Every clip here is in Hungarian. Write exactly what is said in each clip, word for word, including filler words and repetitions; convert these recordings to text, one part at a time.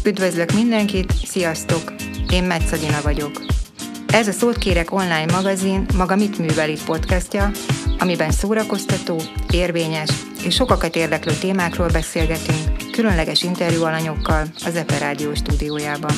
Üdvözlök mindenkit, sziasztok! Én Metz Adina vagyok. Ez a Szót kérek online magazin maga Mit művel itt podcastja, amiben szórakoztató, érvényes és sokakat érdeklő témákról beszélgetünk különleges interjú alanyokkal az Epe Rádió stúdiójában.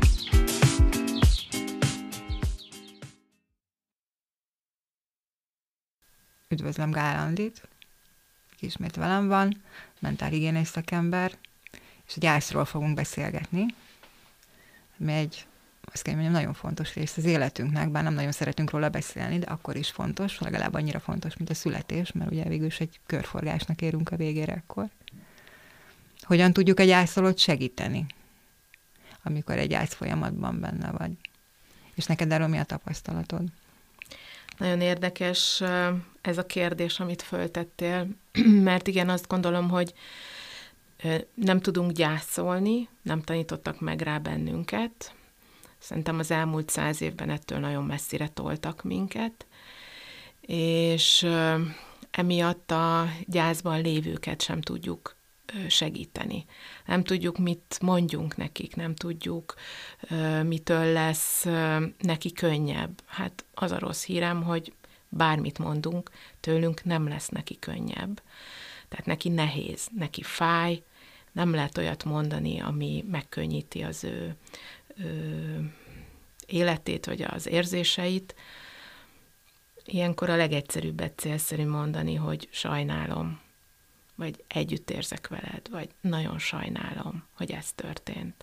Üdvözlöm Gál Andit, aki ismét velem van, mentálhigiénés szakember, és a gyászról fogunk beszélgetni, ami egy, azt kell mondjam, nagyon fontos rész az életünknek, bár nem nagyon szeretünk róla beszélni, de akkor is fontos, legalább annyira fontos, mint a születés, mert ugye végül is egy körforgásnak érünk a végére akkor. Hogyan tudjuk a gyászolót segíteni, amikor egy gyász folyamatban benne vagy? És neked erről mi a tapasztalatod? Nagyon érdekes ez a kérdés, amit föltettél, mert igen, azt gondolom, hogy nem tudunk gyászolni, nem tanítottak meg rá bennünket. Szerintem az elmúlt száz évben ettől nagyon messzire toltak minket, és emiatt a gyászban lévőket sem tudjuk segíteni. Nem tudjuk, mit mondjunk nekik, nem tudjuk, mitől lesz neki könnyebb. Hát az a rossz hírem, hogy bármit mondunk, tőlünk nem lesz neki könnyebb. Tehát neki nehéz, neki fáj, nem lehet olyat mondani, ami megkönnyíti az ő, ő életét, vagy az érzéseit. Ilyenkor a legegyszerűbbet célszerű mondani, hogy sajnálom, vagy együtt érzek veled, vagy nagyon sajnálom, hogy ez történt.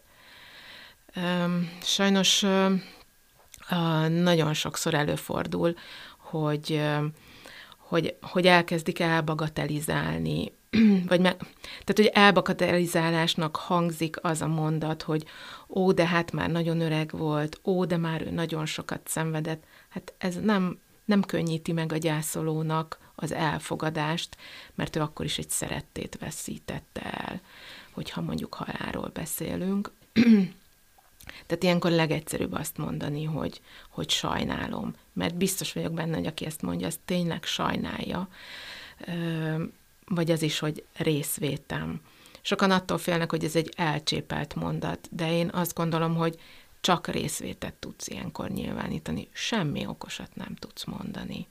Sajnos nagyon sokszor előfordul, hogy, hogy, hogy elkezdik elbagatelizálni, vagy me, tehát, hogy elbagatelizálásnak hangzik az a mondat, hogy ó, de hát már nagyon öreg volt, ó, de már ő nagyon sokat szenvedett. Hát ez nem, nem könnyíti meg a gyászolónak az elfogadást, mert ő akkor is egy szerettét veszítette el, hogyha mondjuk halálról beszélünk. Tehát ilyenkor legegyszerűbb azt mondani, hogy, hogy sajnálom, mert biztos vagyok benne, hogy aki ezt mondja, az tényleg sajnálja, vagy az is, hogy részvétem. Sokan attól félnek, hogy ez egy elcsépelt mondat, de én azt gondolom, hogy csak részvétet tudsz ilyenkor nyilvánítani, semmi okosat nem tudsz mondani.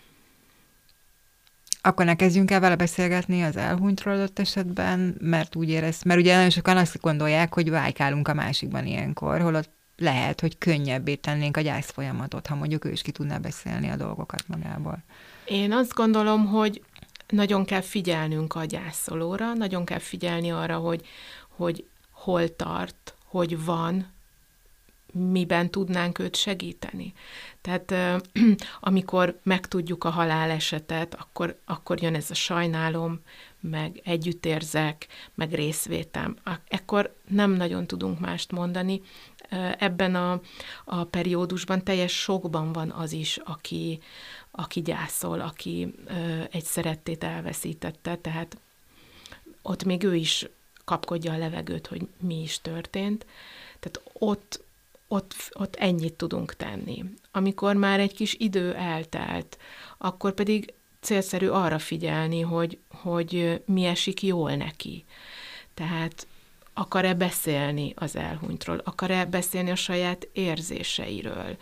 Akkor ne kezdjünk el vele beszélgetni az elhunytról adott esetben, mert úgy érez, mert ugye nagyon sokan azt gondolják, hogy vájkálunk a másikban ilyenkor, holott lehet, hogy könnyebbé tennénk a gyász folyamatot, ha mondjuk ő is ki tudná beszélni a dolgokat magából. Én azt gondolom, hogy nagyon kell figyelnünk a gyászolóra, nagyon kell figyelni arra, hogy, hogy hol tart, hogy van, miben tudnánk őt segíteni. Tehát amikor megtudjuk a halálesetet, akkor, akkor jön ez a sajnálom, meg együttérzek, meg részvétem. Ekkor nem nagyon tudunk mást mondani. Ebben a, a periódusban teljes sokban van az is, aki, aki gyászol, aki egy szerettét elveszítette, tehát ott még ő is kapkodja a levegőt, hogy mi is történt. Tehát ott Ott, ott ennyit tudunk tenni. Amikor már egy kis idő eltelt, akkor pedig célszerű arra figyelni, hogy, hogy mi esik jól neki. Tehát akar-e beszélni az elhunytról, akar-e beszélni a saját érzéseiről.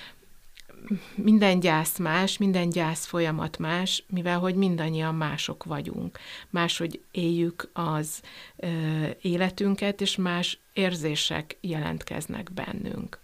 Minden gyász más, minden gyász folyamat más, mivel hogy mindannyian mások vagyunk. Máshogy éljük az ö, életünket, és más érzések jelentkeznek bennünk.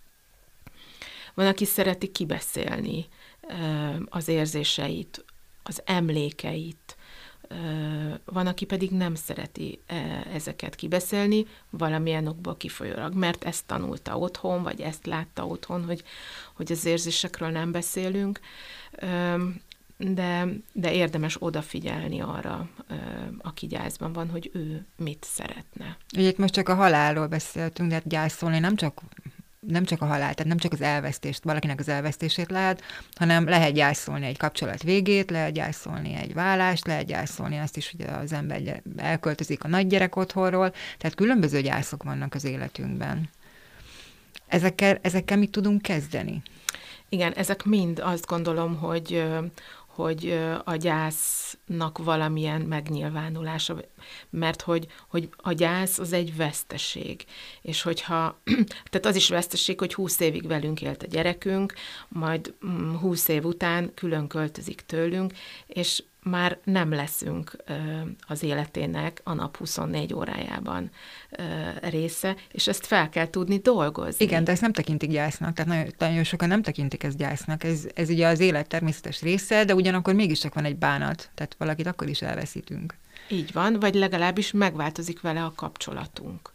Van, aki szereti kibeszélni ö, az érzéseit, az emlékeit, ö, van, aki pedig nem szereti ö, ezeket kibeszélni, valamilyen okból kifolyólag, mert ezt tanulta otthon, vagy ezt látta otthon, hogy, hogy az érzésekről nem beszélünk, ö, de, de érdemes odafigyelni arra, aki gyászban van, hogy ő mit szeretne. Ugye itt most csak a halálról beszéltünk, de hát gyászolni nem csak, nem csak a halál, tehát nem csak az elvesztést, valakinek az elvesztését lehet, hanem lehet gyászolni egy kapcsolat végét, lehet gyászolni egy válást, lehet gyászolni azt is, hogy az ember elköltözik a nagygyerek otthonról, tehát különböző gyászok vannak az életünkben. Ezekkel, ezekkel mit tudunk kezdeni? Igen, ezek mind azt gondolom, hogy hogy a gyásznak valamilyen megnyilvánulása, mert hogy, hogy a gyász az egy veszteség, és hogyha, tehát az is veszteség, hogy húsz évig velünk élt a gyerekünk, majd húsz év után külön költözik tőlünk, és már nem leszünk az életének a nap huszonnégy órájában része, és ezt fel kell tudni dolgozni. Igen, de ezt nem tekintik gyásznak, tehát nagyon, nagyon sokan nem tekintik ezt gyásznak. Ez, ez ugye az élet természetes része, de ugyanakkor mégis csak van egy bánat, tehát valakit akkor is elveszítünk. Így van, vagy legalábbis megváltozik vele a kapcsolatunk.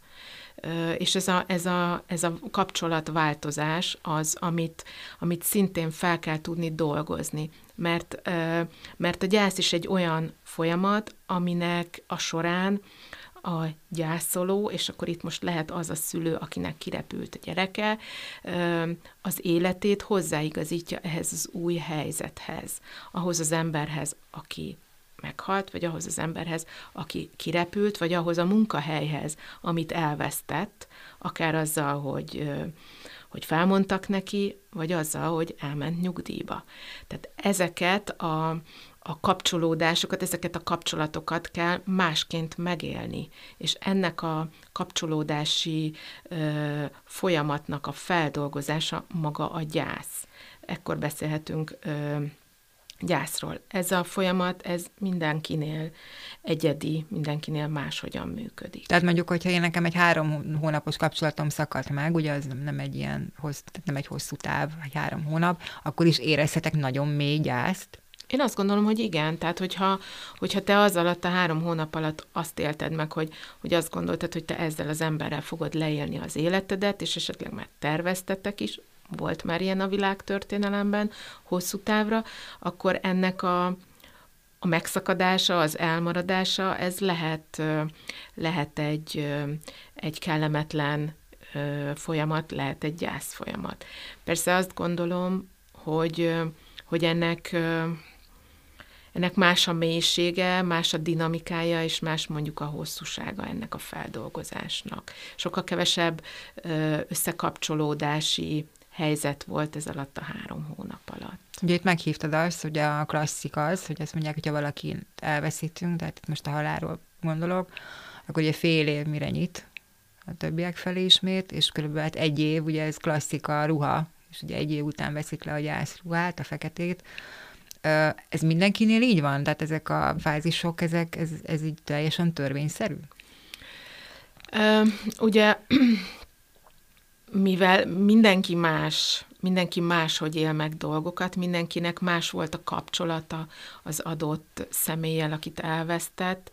És ez a, ez a, ez a kapcsolatváltozás az, amit, amit szintén fel kell tudni dolgozni. Mert, mert a gyász is egy olyan folyamat, aminek a során a gyászoló, és akkor itt most lehet az a szülő, akinek kirepült a gyereke, az életét hozzáigazítja ehhez az új helyzethez, ahhoz az emberhez, aki meghalt, vagy ahhoz az emberhez, aki kirepült, vagy ahhoz a munkahelyhez, amit elvesztett, akár azzal, hogy, hogy felmondtak neki, vagy azzal, hogy elment nyugdíjba. Tehát ezeket a, a kapcsolódásokat, ezeket a kapcsolatokat kell másként megélni, és ennek a kapcsolódási ö, folyamatnak a feldolgozása maga a gyász. Ekkor beszélhetünk ö, gyászról. Ez a folyamat, ez mindenkinél egyedi, mindenkinél máshogyan működik. Tehát mondjuk, hogyha én nekem egy három hónapos kapcsolatom szakadt meg, ugye az nem egy ilyen hossz, nem egy hosszú táv, egy három hónap, akkor is érezhetek nagyon mély gyászt. Én azt gondolom, hogy igen. Tehát, hogyha, hogyha te az alatt, a három hónap alatt azt élted meg, hogy, hogy azt gondoltad, hogy te ezzel az emberrel fogod leélni az életedet, és esetleg már terveztetek is, volt már ilyen a világtörténelemben, hosszú távra, akkor ennek a, a megszakadása, az elmaradása, ez lehet, lehet egy, egy kellemetlen folyamat, lehet egy gyász folyamat. Persze azt gondolom, hogy, hogy ennek, ennek más a mélysége, más a dinamikája, és más mondjuk a hosszúsága ennek a feldolgozásnak. Sokkal kevesebb összekapcsolódási helyzet volt ez alatt a három hónap alatt. Ugye itt meghívtad azt, hogy a klasszik az, hogy azt mondják, hogyha valakit elveszítünk, tehát itt most a halálról gondolok, akkor ugye fél év mire nyit a többiek felé ismét, és körülbelül hát egy év, ugye ez klasszik a ruha, és ugye egy év után veszik le a gyászruhát, a feketét. Ez mindenkinél így van? Tehát ezek a fázisok, ezek, ez, ez így teljesen törvényszerű? Uh, ugye... mivel mindenki más, mindenki máshogy él meg dolgokat, mindenkinek más volt a kapcsolata az adott személlyel, akit elvesztett,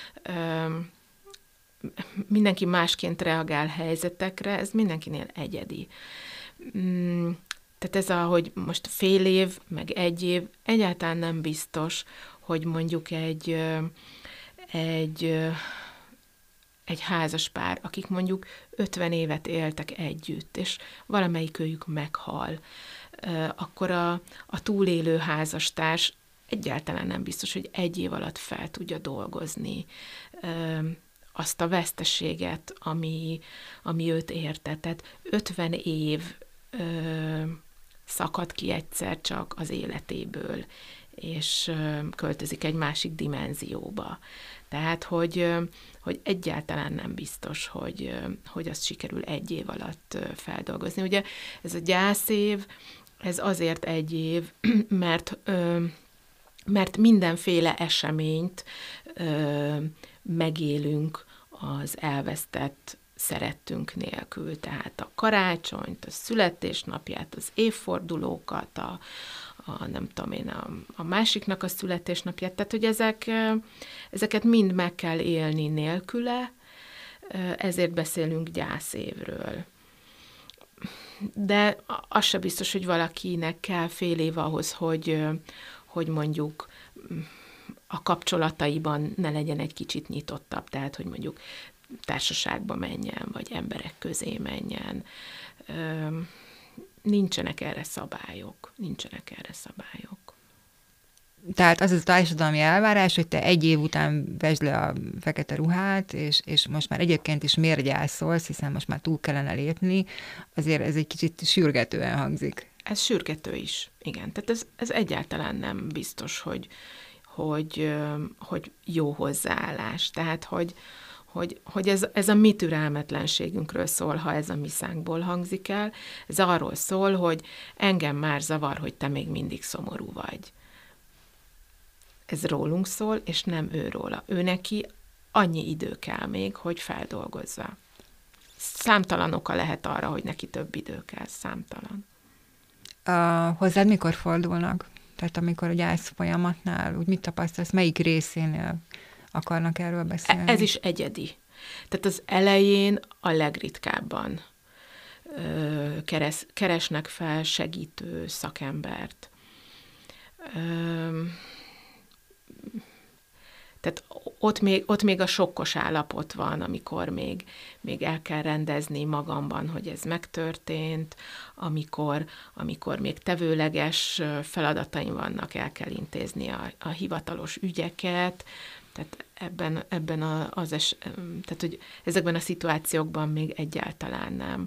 mindenki másként reagál helyzetekre, ez mindenkinél egyedi. Tehát ez a, hogy most fél év, meg egy év, egyáltalán nem biztos, hogy mondjuk egy, egy egy házas pár, akik mondjuk ötven évet éltek együtt, és valamelyikőjük meghal, akkor a, a túlélő házastárs egyáltalán nem biztos, hogy egy év alatt fel tudja dolgozni azt a veszteséget, ami, ami őt érte. Tehát ötven év szakad ki egyszer csak az életéből, és költözik egy másik dimenzióba. Tehát, hogy, hogy egyáltalán nem biztos, hogy, hogy azt sikerül egy év alatt feldolgozni. Ugye ez a gyászév, ez azért egy év, mert, mert mindenféle eseményt megélünk az elvesztett szerettünk nélkül. Tehát a karácsonyt, a születésnapját, az évfordulókat, a, a nem tudom én, a, a másiknak a születésnapját, tehát hogy ezek, ezeket mind meg kell élni nélküle, ezért beszélünk gyászévről. De az se biztos, hogy valakinek kell fél év ahhoz, hogy, hogy mondjuk a kapcsolataiban ne legyen egy kicsit nyitottabb, tehát hogy mondjuk társaságba menjen, vagy emberek közé menjen. Nincsenek erre szabályok. Nincsenek erre szabályok. Tehát az a társadalmi elvárás, hogy te egy év után vesd le a fekete ruhát, és, és most már egyébként is miért gyászolsz, hiszen most már túl kellene lépni, azért ez egy kicsit sürgetően hangzik. Ez sürgető is, igen. Tehát ez, ez egyáltalán nem biztos, hogy, hogy, hogy jó hozzáállás. Tehát, hogy, hogy, hogy ez, ez a mi türelmetlenségünkről szól, ha ez a mi szánkból hangzik el. Ez arról szól, hogy engem már zavar, hogy te még mindig szomorú vagy. Ez rólunk szól, és nem ő róla. Ő neki annyi idő kell még, hogy feldolgozza. Számtalan oka lehet arra, hogy neki több idő kell, számtalan. Uh, hozzád mikor fordulnak? Tehát amikor a gyász folyamatnál, úgy mit tapasztalsz, melyik részénél akarnak erről beszélni? Ez is egyedi. Tehát az elején a legritkábban ö, keres, keresnek fel segítő szakembert. Ö, Tehát ott még, ott még a sokkos állapot van, amikor még, még el kell rendezni magamban, hogy ez megtörtént, amikor, amikor még tevőleges feladataim vannak, el kell intézni a, a hivatalos ügyeket, tehát ebben, ebben a, az es, tehát, hogy ezekben a szituációkban még egyáltalán nem.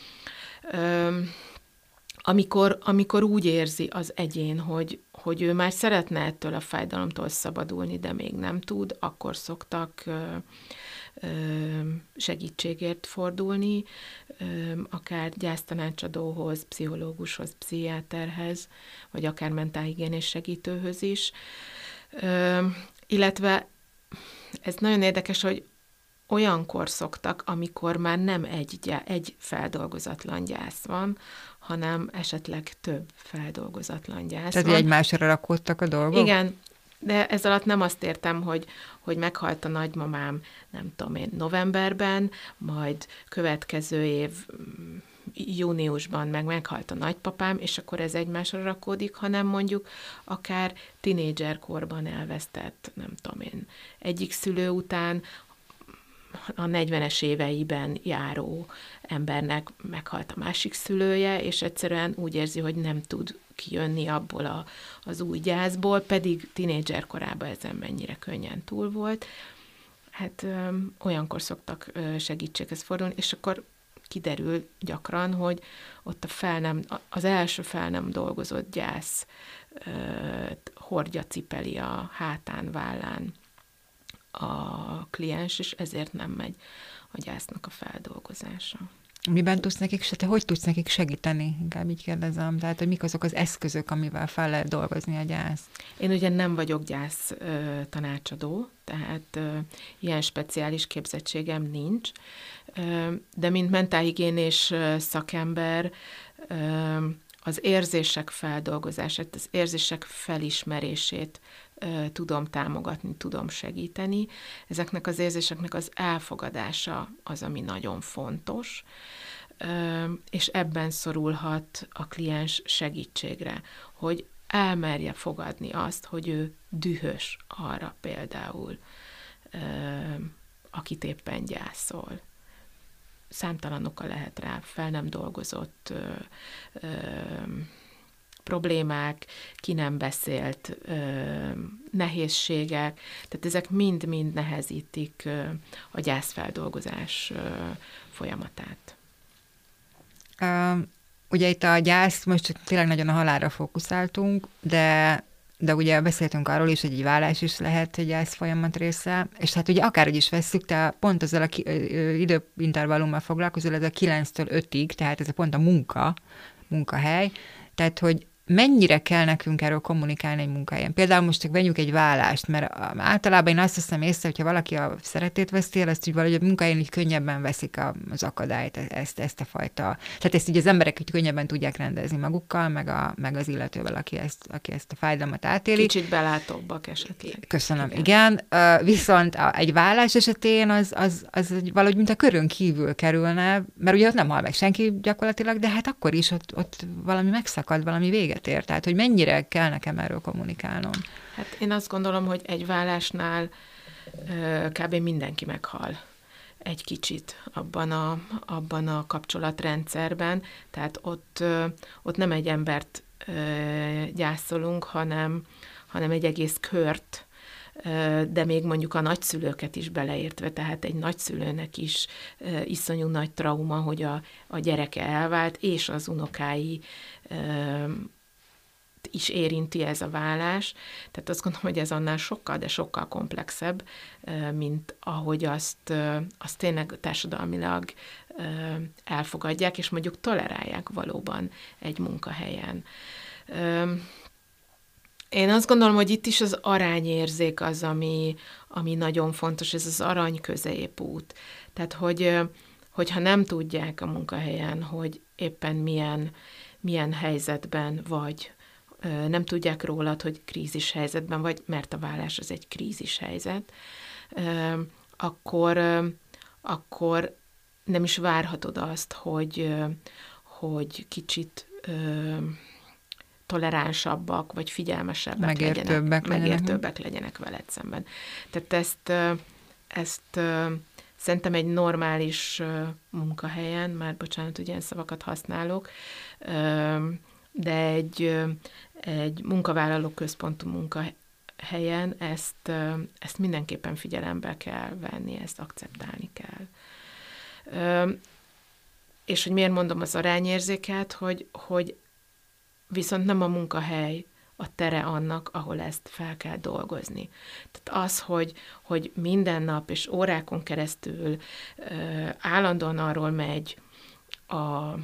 Öm, Amikor, amikor úgy érzi az egyén, hogy, hogy ő már szeretne ettől a fájdalomtól szabadulni, de még nem tud, akkor szoktak ö, ö, segítségért fordulni, ö, akár gyásztanácsadóhoz, pszichológushoz, pszichiáterhez, vagy akár mentálhigiénés segítőhöz is. Ö, illetve ez nagyon érdekes, hogy olyankor szoktak, amikor már nem egy, gyá- egy feldolgozatlan gyász van, hanem esetleg több feldolgozatlan gyász Tehát van. egymásra rakódtak a dolgok? Igen, de ez alatt nem azt értem, hogy, hogy meghalt a nagymamám, nem tudom én, novemberben, majd következő év júniusban meg meghalt a nagypapám, és akkor ez egymásra rakódik, hanem mondjuk akár tinédzserkorban elvesztett, nem tudom én, egyik szülő után a negyvenes éveiben járó embernek meghalt a másik szülője, és egyszerűen úgy érzi, hogy nem tud kijönni abból a, az új gyászból, pedig tinédzser korában ezen mennyire könnyen túl volt. Hát ö, olyankor szoktak ö, segítséghez fordulni, és akkor kiderül gyakran, hogy ott a fel nem, az első fel nem dolgozott gyász ö, hordja, cipeli a hátán, vállán a kliens, és ezért nem megy a gyásznak a feldolgozása. Miben tudsz nekik, te hogy tudsz nekik segíteni? Inkább így kérdezem. Tehát, hogy mik azok az eszközök, amivel fel lehet dolgozni a gyászt? Én ugye nem vagyok gyász ö, tanácsadó, tehát ö, ilyen speciális képzettségem nincs, ö, de mint mentálhigiénés szakember ö, az érzések feldolgozását, az érzések felismerését tudom támogatni, tudom segíteni. Ezeknek az érzéseknek az elfogadása az, ami nagyon fontos, és ebben szorulhat a kliens segítségre, hogy elmerje fogadni azt, hogy ő dühös arra például, akit éppen gyászol. Számtalan oka lehet rá, fel nem dolgozott ö, ö, problémák, ki nem beszélt ö, nehézségek, tehát ezek mind-mind nehezítik ö, a gyászfeldolgozás ö, folyamatát. Uh, ugye itt a gyász, most csak tényleg nagyon a halálra fókuszáltunk, de, de ugye beszéltünk arról is, hogy egy vállás is lehet egy gyász folyamat része, és hát ugye akárhogy is vesszük, te pont ezzel a ki, ö, időintervallummal foglalkozol, ez a kilenctől ötig, tehát ez a pont a munka, munkahely, tehát hogy mennyire kell nekünk erről kommunikálni egy munkahelyen. Például most csak vegyünk egy vállást, mert általában én azt hiszem észre, hogyha valaki a szeretét veszti el, azt úgy valahogy a munkahelyen így könnyebben veszik az akadályt, ezt, ezt a fajta. Tehát ezt így az emberek így könnyebben tudják rendezni magukkal, meg, a, meg az illetővel, aki ezt, aki ezt a fájdalmat átéli. Kicsit belátóbbak esetleg. Köszönöm, igen. igen. Viszont egy vállás esetén az, az, az valahogy mint a körön kívül kerülne, mert ugye ott nem hal meg senki gyakorlatilag, de hát akkor is ott, ott valami megszakad, valami véget ér. Tehát, hogy mennyire kell nekem erről kommunikálnom. Hát én azt gondolom, hogy egy vállásnál ö, kb. Mindenki meghal egy kicsit abban a, abban a kapcsolatrendszerben. Tehát ott, ö, ott nem egy embert ö, gyászolunk, hanem, hanem egy egész kört de még mondjuk a nagyszülőket is beleértve, tehát egy nagyszülőnek is iszonyú nagy trauma, hogy a, a gyereke elvált, és az unokái is érinti ez a válás. Tehát azt gondolom, hogy ez annál sokkal, de sokkal komplexebb, mint ahogy azt, azt tényleg társadalmilag elfogadják, és mondjuk tolerálják valóban egy munkahelyen. Én azt gondolom, hogy itt is az arányérzék az, ami, ami nagyon fontos, ez az arany középút. Tehát, hogy, hogyha nem tudják a munkahelyen, hogy éppen milyen, milyen helyzetben vagy, nem tudják rólad, hogy krízis helyzetben vagy, mert a vállás az egy krízis helyzet, akkor, akkor nem is várhatod azt, hogy, hogy kicsit toleránsabbak, vagy figyelmesebbek megértőbbek legyenek, legyenek. megértőbbek legyenek veled szemben. Tehát ezt, ezt szerintem egy normális munkahelyen, már bocsánat, hogy ilyen szavakat használok, de egy, egy munkavállaló központú munkahelyen ezt, ezt mindenképpen figyelembe kell venni, ezt akceptálni kell. És hogy miért mondom az arányérzéket, hogy, hogy viszont nem a munkahely a tere annak, ahol ezt fel kell dolgozni. Tehát az, hogy, hogy minden nap és órákon keresztül állandóan arról megy a,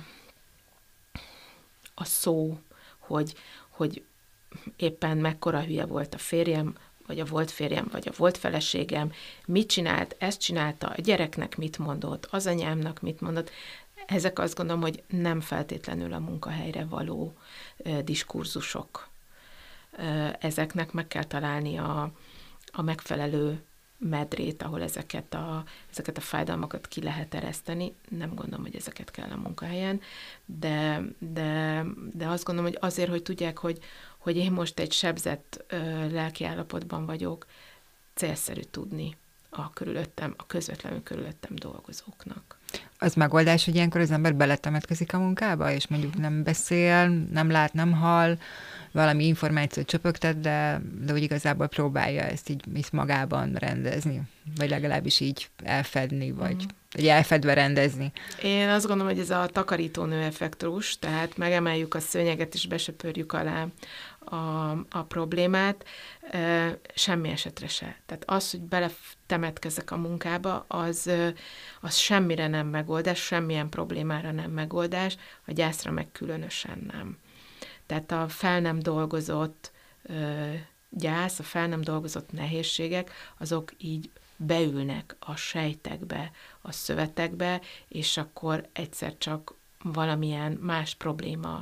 a szó, hogy, hogy éppen mekkora hülye volt a férjem, vagy a volt férjem, vagy a volt feleségem, mit csinált, ezt csinálta, a gyereknek mit mondott, az anyámnak mit mondott. Ezek azt gondolom, hogy nem feltétlenül a munkahelyre való uh, diskurzusok. Uh, ezeknek meg kell találni a, a megfelelő medrét, ahol ezeket a, ezeket a fájdalmakat ki lehet ereszteni. Nem gondolom, hogy ezeket kell a munkahelyen, de, de, de azt gondolom, hogy azért, hogy tudják, hogy, hogy én most egy sebzett uh, lelkiállapotban vagyok, célszerű tudni a körülöttem, a közvetlenül körülöttem dolgozóknak. Az megoldás, hogy ilyenkor az ember beletemetkezik a munkába, és mondjuk nem beszél, nem lát, nem hall, valami információt csöpögtet, de, de úgy igazából próbálja ezt így, így magában rendezni, vagy legalábbis így elfedni, vagy, mm. vagy elfedve rendezni. Én azt gondolom, hogy ez a takarítónő effektus, tehát megemeljük a szőnyeget, és besöpörjük alá a, a problémát, semmi esetre se. Tehát az, hogy beletemetkezek a munkába, az, az semmire nem megoldás, semmilyen problémára nem megoldás, a gyászra meg különösen nem. Tehát a fel nem dolgozott gyász, a fel nem dolgozott nehézségek, azok így beülnek a sejtekbe, a szövetekbe, és akkor egyszer csak valamilyen más probléma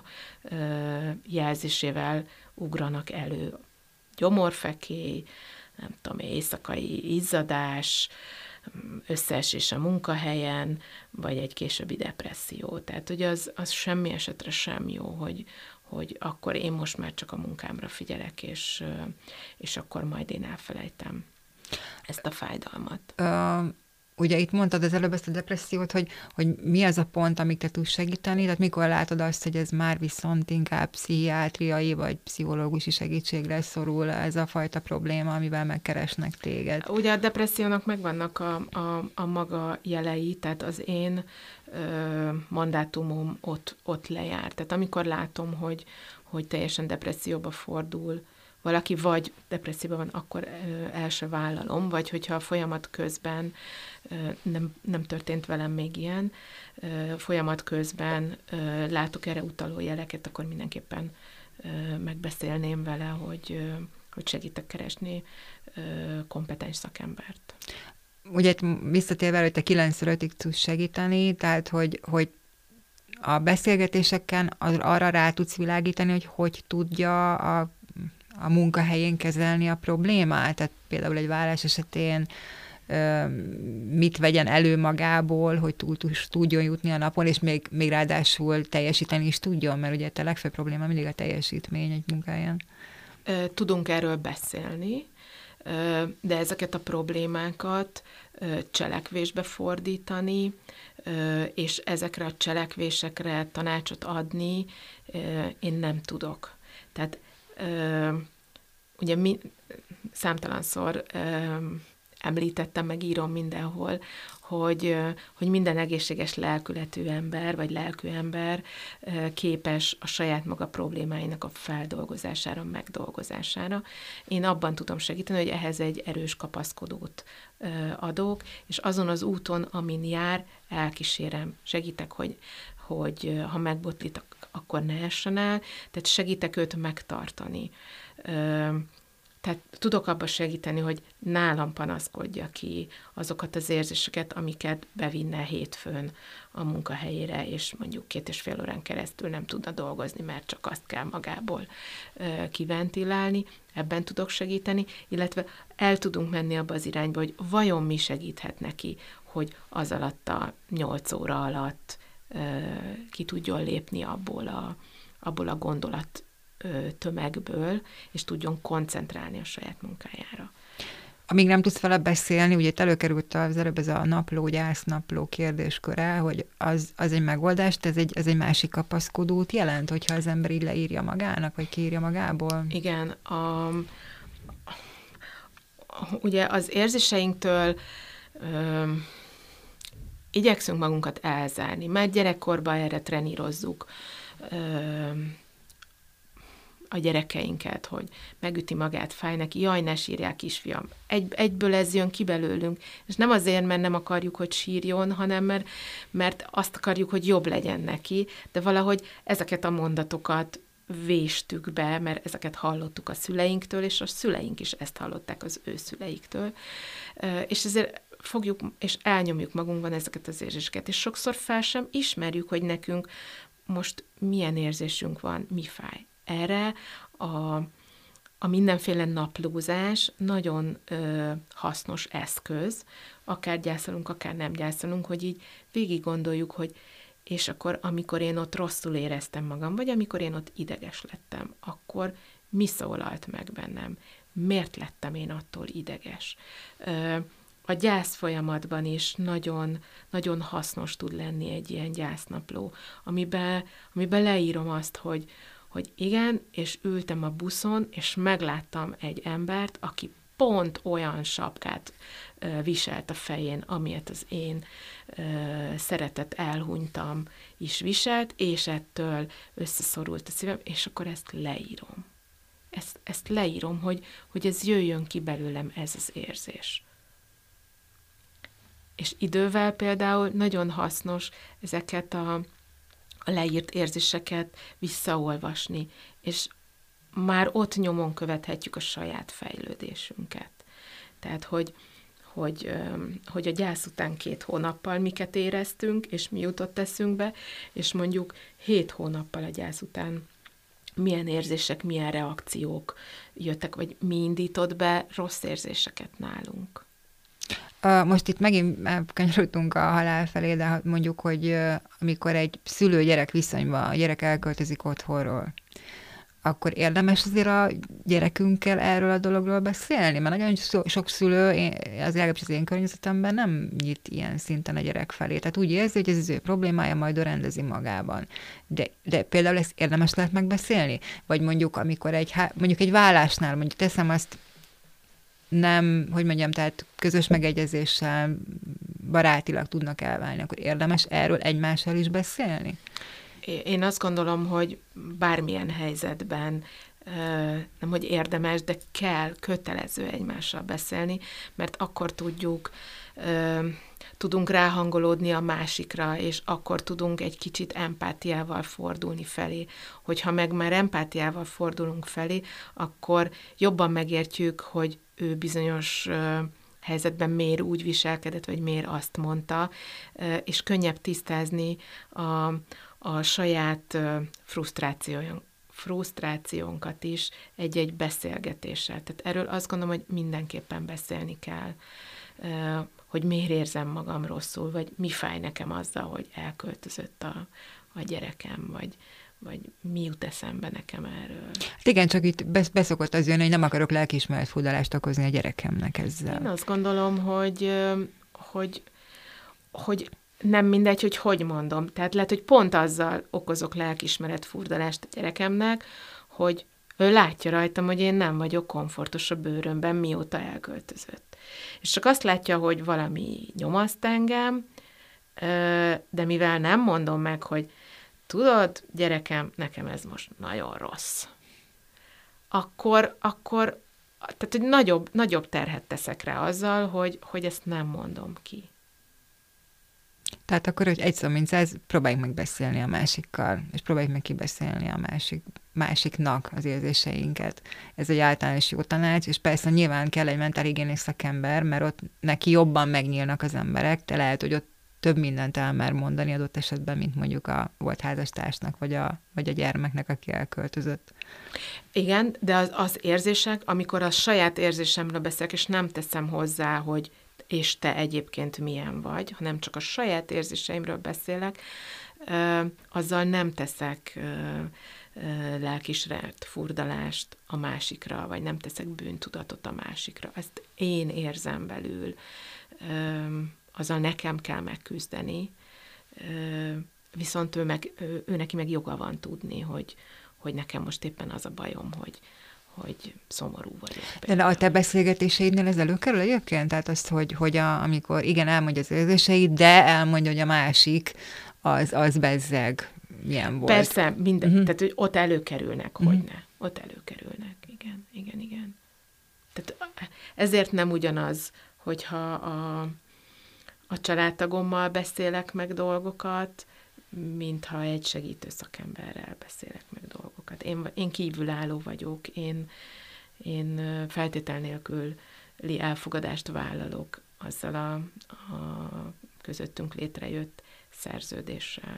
jelzésével ugranak elő. Gyomorfekély, nem tudom, éjszakai izzadás, összeesés a munkahelyen, vagy egy későbbi depresszió. Tehát, hogy az, az semmi esetre sem jó, hogy, hogy akkor én most már csak a munkámra figyelek, és, és akkor majd én elfelejtem ezt a fájdalmat. Uh, ugye itt mondtad az előbb ezt a depressziót, hogy, hogy mi az a pont, amit te tudsz segíteni, tehát mikor látod azt, hogy ez már viszont inkább pszichiátriai vagy pszichológusi segítségre szorul ez a fajta probléma, amivel megkeresnek téged? Ugye a depressziónak megvannak a, a, a maga jelei, tehát az én ö, mandátumom ott, ott lejár. Tehát amikor látom, hogy, hogy teljesen depresszióba fordul valaki, vagy depresszióban van, akkor el se vállalom, vagy hogyha a folyamat közben nem, nem történt velem még ilyen, folyamat közben látok erre utaló jeleket, akkor mindenképpen megbeszélném vele, hogy, hogy segítek keresni kompetens szakembert. Ugye visszatérve, hogy te kilenctől ötig tudsz segíteni, tehát hogy, hogy a beszélgetésekkel arra rá tudsz világítani, hogy hogy tudja a a munkahelyén kezelni a problémát, tehát például egy vállás esetén mit vegyen elő magából, hogy tudjon jutni a napon, és még, még ráadásul teljesíteni is tudjon, mert ugye a legfőbb probléma mindig a teljesítmény egy munkáján. Tudunk erről beszélni, de ezeket a problémákat cselekvésbe fordítani, és ezekre a cselekvésekre tanácsot adni én nem tudok. Tehát ugye mi, számtalanszor ö, említettem, meg írom mindenhol, hogy, hogy minden egészséges lelkületű ember, vagy lelkű ember képes a saját maga problémáinak a feldolgozására, megdolgozására. Én abban tudom segíteni, hogy ehhez egy erős kapaszkodót adok, és azon az úton, amin jár, elkísérem, segítek, hogy, hogy ha megbotlik, akkor ne essen el, tehát segítek őt megtartani. Tehát tudok abba segíteni, hogy nálam panaszkodja ki azokat az érzéseket, amiket bevinne hétfőn a munkahelyére, és mondjuk két és fél órán keresztül nem tudna dolgozni, mert csak azt kell magából ö, kiventilálni. Ebben tudok segíteni, illetve el tudunk menni abba az irányba, hogy vajon mi segíthet neki, hogy az alatt a nyolc óra alatt ö, ki tudjon lépni abból a, abból a gondolat tömegből, és tudjon koncentrálni a saját munkájára. Amíg nem tudsz vele beszélni, ugye itt előkerült az előbb ez a napló, gyásznapló kérdésköre, hogy az, az egy megoldást, ez egy, ez egy másik kapaszkodót jelent, hogyha az ember így leírja magának, vagy kiírja magából? Igen. A, ugye az érzéseinktől ö, igyekszünk magunkat elzárni. Már gyerekkorban erre trenírozzuk ö, a gyerekeinket, hogy megüti magát, fáj neki, jaj, ne sírják, kisfiam. Egy, egyből ez jön ki belőlünk, és nem azért, mert nem akarjuk, hogy sírjon, hanem mert, mert azt akarjuk, hogy jobb legyen neki, de valahogy ezeket a mondatokat véstük be, mert ezeket hallottuk a szüleinktől, és a szüleink is ezt hallották az ő szüleiktől, és ezért fogjuk, és elnyomjuk magunkban ezeket az érzéseket, és sokszor fel sem ismerjük, hogy nekünk most milyen érzésünk van, mi fáj. Erre a, a mindenféle naplózás nagyon ö, hasznos eszköz, akár gyászolunk, akár nem gyászolunk, hogy így végig gondoljuk, hogy és akkor amikor én ott rosszul éreztem magam, vagy amikor én ott ideges lettem, akkor mi szólalt meg bennem? Miért lettem én attól ideges? Ö, a gyász folyamatban is nagyon, nagyon hasznos tud lenni egy ilyen gyásznapló, amiben, amiben leírom azt, hogy hogy igen, és ültem a buszon, és megláttam egy embert, aki pont olyan sapkát ö, viselt a fején, amilyet az én ö, szeretett elhunytam is viselt, és ettől összeszorult a szívem, és akkor ezt leírom. Ezt, ezt leírom, hogy, hogy ez jöjjön ki belőlem, ez az érzés. És idővel például nagyon hasznos ezeket a a leírt érzéseket visszaolvasni, és már ott nyomon követhetjük a saját fejlődésünket. Tehát, hogy, hogy, hogy a gyász után két hónappal miket éreztünk, és mi jutott eszünkbe, és mondjuk hét hónappal a gyász után milyen érzések, milyen reakciók jöttek, vagy mi indított be rossz érzéseket nálunk. Most itt megint kanyarodtunk a halál felé, de mondjuk, hogy amikor egy szülő-gyerek viszonyban a gyerek elköltözik otthonról, akkor érdemes azért a gyerekünkkel erről a dologról beszélni? Mert nagyon sok szülő, az legalábbis az én környezetemben nem nyit ilyen szinten a gyerek felé. Tehát úgy érzi, hogy ez az ő problémája, majd ő rendezi magában. De, de például ezt érdemes lehet megbeszélni? Vagy mondjuk, amikor egy, mondjuk egy vállásnál, mondjuk teszem azt, nem, hogy mondjam, tehát közös megegyezéssel, barátilag tudnak elválni, akkor érdemes erről egymással is beszélni? Én azt gondolom, hogy bármilyen helyzetben nem, hogy érdemes, de kell, kötelező egymással beszélni, mert akkor tudjuk, tudunk ráhangolódni a másikra, és akkor tudunk egy kicsit empátiával fordulni felé. Hogyha meg már empátiával fordulunk felé, akkor jobban megértjük, hogy ő bizonyos helyzetben miért úgy viselkedett, vagy miért azt mondta, és könnyebb tisztázni a, a saját frusztrációjunk, frusztrációnkat is egy-egy beszélgetéssel. Tehát erről azt gondolom, hogy mindenképpen beszélni kell, hogy miért érzem magam rosszul, vagy mi fáj nekem azzal, hogy elköltözött a, a gyerekem, vagy, vagy mi jut eszembe nekem erről. Hát igen, csak itt beszokott az jönni, hogy nem akarok lelkiismeret furdalást okozni a gyerekemnek ezzel. Én azt gondolom, hogy, hogy, hogy nem mindegy, hogy hogy mondom. Tehát lehet, hogy pont azzal okozok lelkiismeret furdalást a gyerekemnek, hogy Ő látja rajtam, hogy én nem vagyok komfortos a bőrömben, mióta elköltözött. És csak azt látja, hogy valami nyomaszt engem, de mivel nem mondom meg, hogy tudod, gyerekem, nekem ez most nagyon rossz, akkor, akkor tehát, hogy nagyobb, nagyobb terhet teszek rá azzal, hogy, hogy ezt nem mondom ki. Tehát akkor, hogy egy szó mint száz, próbáljuk meg beszélni a másikkal, és próbáljuk meg kibeszélni a másik, másiknak az érzéseinket. Ez egy általános jó tanács, és persze nyilván kell egy mentálhigiénész szakember, mert ott neki jobban megnyílnak az emberek, de lehet, hogy ott több mindent elmer mondani adott esetben, mint mondjuk a volt házastársnak, vagy a, vagy a gyermeknek, aki elköltözött. Igen, de az, az érzések, amikor a saját érzésemről beszélek, és nem teszem hozzá, hogy és te egyébként milyen vagy, hanem csak a saját érzéseimről beszélek, azzal nem teszek lelkismeret furdalást a másikra, vagy nem teszek bűntudatot a másikra. Ezt én érzem belül, azzal nekem kell megküzdeni, viszont ő, meg, ő, ő neki meg joga van tudni, hogy, hogy nekem most éppen az a bajom, hogy hogy szomorú vagyok. De a te beszélgetéseidnél ez előkerül egyébként? Tehát azt, hogy, hogy a, amikor igen, elmondja az érzéseid, de elmondja, hogy a másik az, az bezzeg milyen volt. Persze, minden, uh-huh. tehát hogy ott előkerülnek, uh-huh. hogyne. Ott előkerülnek, igen, igen, igen. Tehát ezért nem ugyanaz, hogyha a, a családtagommal beszélek meg dolgokat, mintha egy segítő szakemberrel beszélek meg dolgokat. Én, én kívülálló vagyok, én, én feltétel nélküli elfogadást vállalok azzal a, a közöttünk létrejött szerződéssel.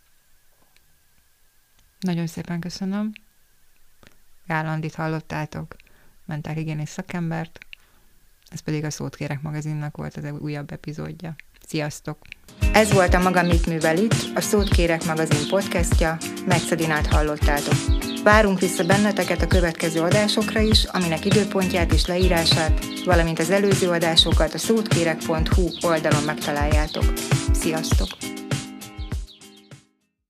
Nagyon szépen köszönöm. Gál Andit hallottátok, mentálhigiénész szakembert, ez pedig a Szót kérek magazinnak volt az újabb epizódja. Sziasztok! Ez volt a Maga mit művel itt, a Szót kérek magazin podcastja, Metszedinát hallottátok. Várunk vissza benneteket a következő adásokra is, aminek időpontját és leírását, valamint az előző adásokat a szótkérek pont hu oldalon megtaláljátok. Sziasztok!